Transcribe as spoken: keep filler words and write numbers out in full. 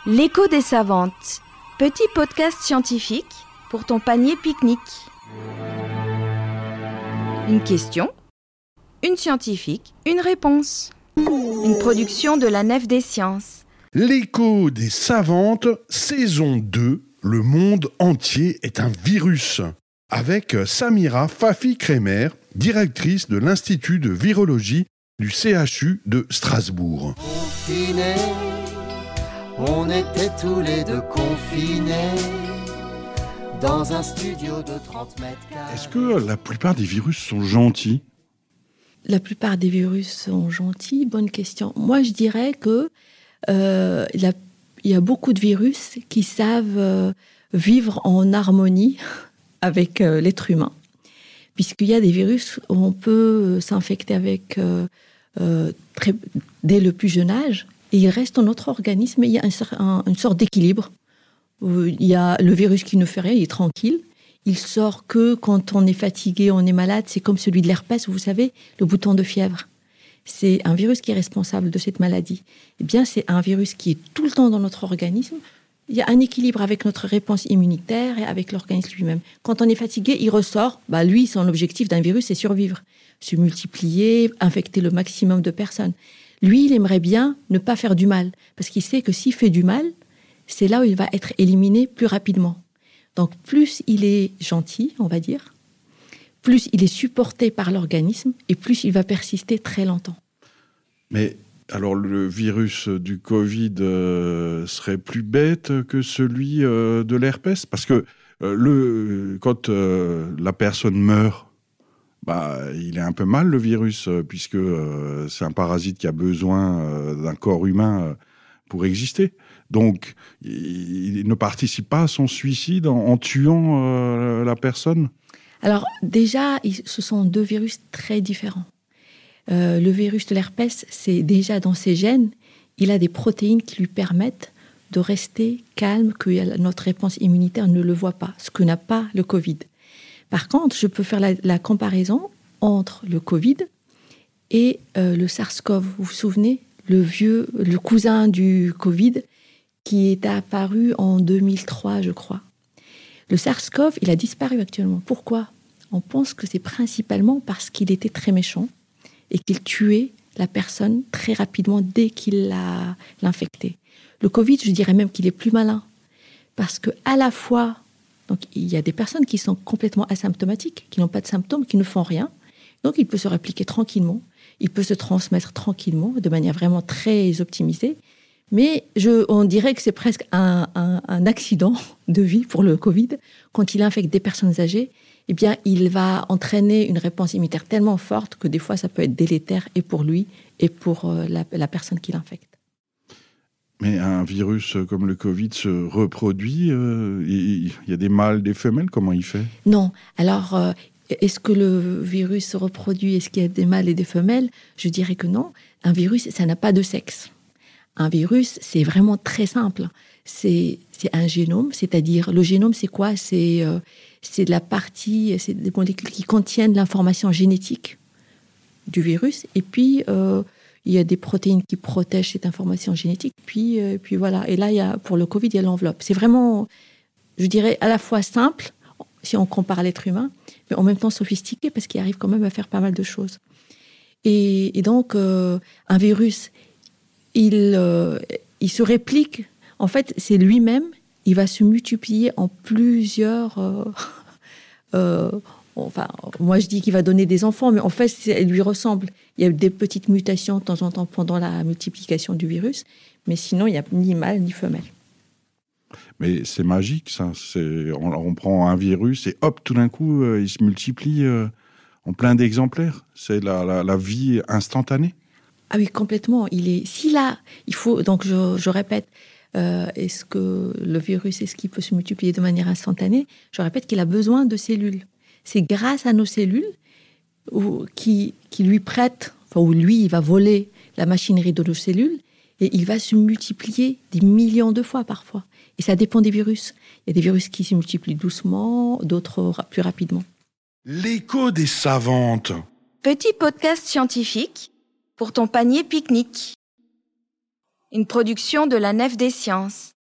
L'écho des savantes, petit podcast scientifique pour ton panier pique-nique. Une question, une scientifique, une réponse. Une production de la Nef des Sciences. L'écho des savantes, saison deux, le monde entier est un virus. Avec Samira Fafi-Kremer, directrice de l'Institut de virologie du C H U de Strasbourg. Confinés, on était tous les deux confinés dans un studio de trente mètres carrés. Est-ce que la plupart des virus sont gentils ? La plupart des virus sont gentils, bonne question. Moi, je dirais que euh, il, y a, il y a beaucoup de virus qui savent euh, vivre en harmonie avec euh, l'être humain. Puisqu'il y a des virus où on peut s'infecter avec euh, euh, très, dès le plus jeune âge, et il reste dans notre organisme, et il y a un, un, une sorte d'équilibre. Il y a le virus qui ne fait rien, il est tranquille. Il sort que quand on est fatigué, on est malade. C'est comme celui de l'herpès, vous savez, le bouton de fièvre. C'est un virus qui est responsable de cette maladie. Eh bien, c'est un virus qui est tout le temps dans notre organisme. Il y a un équilibre avec notre réponse immunitaire et avec l'organisme lui-même. Quand on est fatigué, il ressort. Bah, lui, son objectif d'un virus, c'est survivre, se multiplier, infecter le maximum de personnes. Lui, il aimerait bien ne pas faire du mal, parce qu'il sait que s'il fait du mal, c'est là où il va être éliminé plus rapidement. Donc, plus il est gentil, on va dire, plus il est supporté par l'organisme et plus il va persister très longtemps. Mais alors, le virus du Covid euh, serait plus bête que celui euh, de l'herpès ? Parce que euh, le, quand euh, la personne meurt, bah, il est un peu mal, le virus, euh, puisque euh, c'est un parasite qui a besoin euh, d'un corps humain euh, pour exister. Donc, il ne participe pas à son suicide en, en tuant euh, la personne ? Alors, déjà, ce sont deux virus très différents. Euh, le virus de l'herpès, c'est déjà dans ses gènes, il a des protéines qui lui permettent de rester calme, que notre réponse immunitaire ne le voit pas, ce que n'a pas le Covid. Par contre, je peux faire la, la comparaison entre le Covid et euh, le SARS-CoV. Vous vous souvenez, le vieux, le cousin du Covid, qui est apparu en deux mille trois, je crois. Le SARS-CoV, il a disparu actuellement. Pourquoi ? On pense que c'est principalement parce qu'il était très méchant et qu'il tuait la personne très rapidement dès qu'il l'a l'infecté. Le Covid, je dirais même qu'il est plus malin parce que à la fois, donc il y a des personnes qui sont complètement asymptomatiques, qui n'ont pas de symptômes, qui ne font rien. Donc il peut se répliquer tranquillement, il peut se transmettre tranquillement, de manière vraiment très optimisée. Mais je, on dirait que c'est presque un, un, un accident de vie pour le Covid. Quand il infecte des personnes âgées, eh bien, il va entraîner une réponse immunitaire tellement forte que des fois, ça peut être délétère et pour lui et pour euh, la, la personne qui l'infecte. Mais un virus comme le Covid se reproduit, euh, il y a des mâles, des femelles, comment il fait ? Non. Alors, euh, est-ce que le virus se reproduit ? Est-ce qu'il y a des mâles et des femelles ? Je dirais que non. Un virus, ça n'a pas de sexe. Un virus, c'est vraiment très simple. C'est, c'est un génome, c'est-à-dire, le génome, c'est quoi ? C'est, euh, c'est de la partie, c'est des molécules qui contiennent l'information génétique du virus. Et puis, euh, il y a des protéines qui protègent cette information génétique. Puis, euh, puis voilà. Et là, il y a, pour le Covid, il y a l'enveloppe. C'est vraiment, je dirais, à la fois simple, si on compare à l'être humain, mais en même temps sophistiqué, parce qu'il arrive quand même à faire pas mal de choses. Et, et donc, euh, un virus... Il, euh, il se réplique. En fait, c'est lui-même. Il va se multiplier en plusieurs... Euh, euh, enfin, moi, je dis qu'il va donner des enfants, mais en fait, il lui ressemble. Il y a des petites mutations de temps en temps pendant la multiplication du virus, mais sinon, il n'y a ni mâle ni femelle. Mais c'est magique, ça. C'est, on, on prend un virus et hop, tout d'un coup, euh, il se multiplie euh, en plein d'exemplaires. C'est la, la, la vie instantanée. Ah oui, complètement. Il est, s'il a, il faut, donc je, je répète, euh, est-ce que le virus, est-ce qu'il peut se multiplier de manière instantanée ? Je répète qu'il a besoin de cellules. C'est grâce à nos cellules où, qui, qui lui prêtent, enfin, où lui, il va voler la machinerie de nos cellules et il va se multiplier des millions de fois parfois. Et ça dépend des virus. Il y a des virus qui se multiplient doucement, d'autres plus rapidement. L'écho des savantes. Petit podcast scientifique pour ton panier pique-nique. Une production de la Nef des Sciences.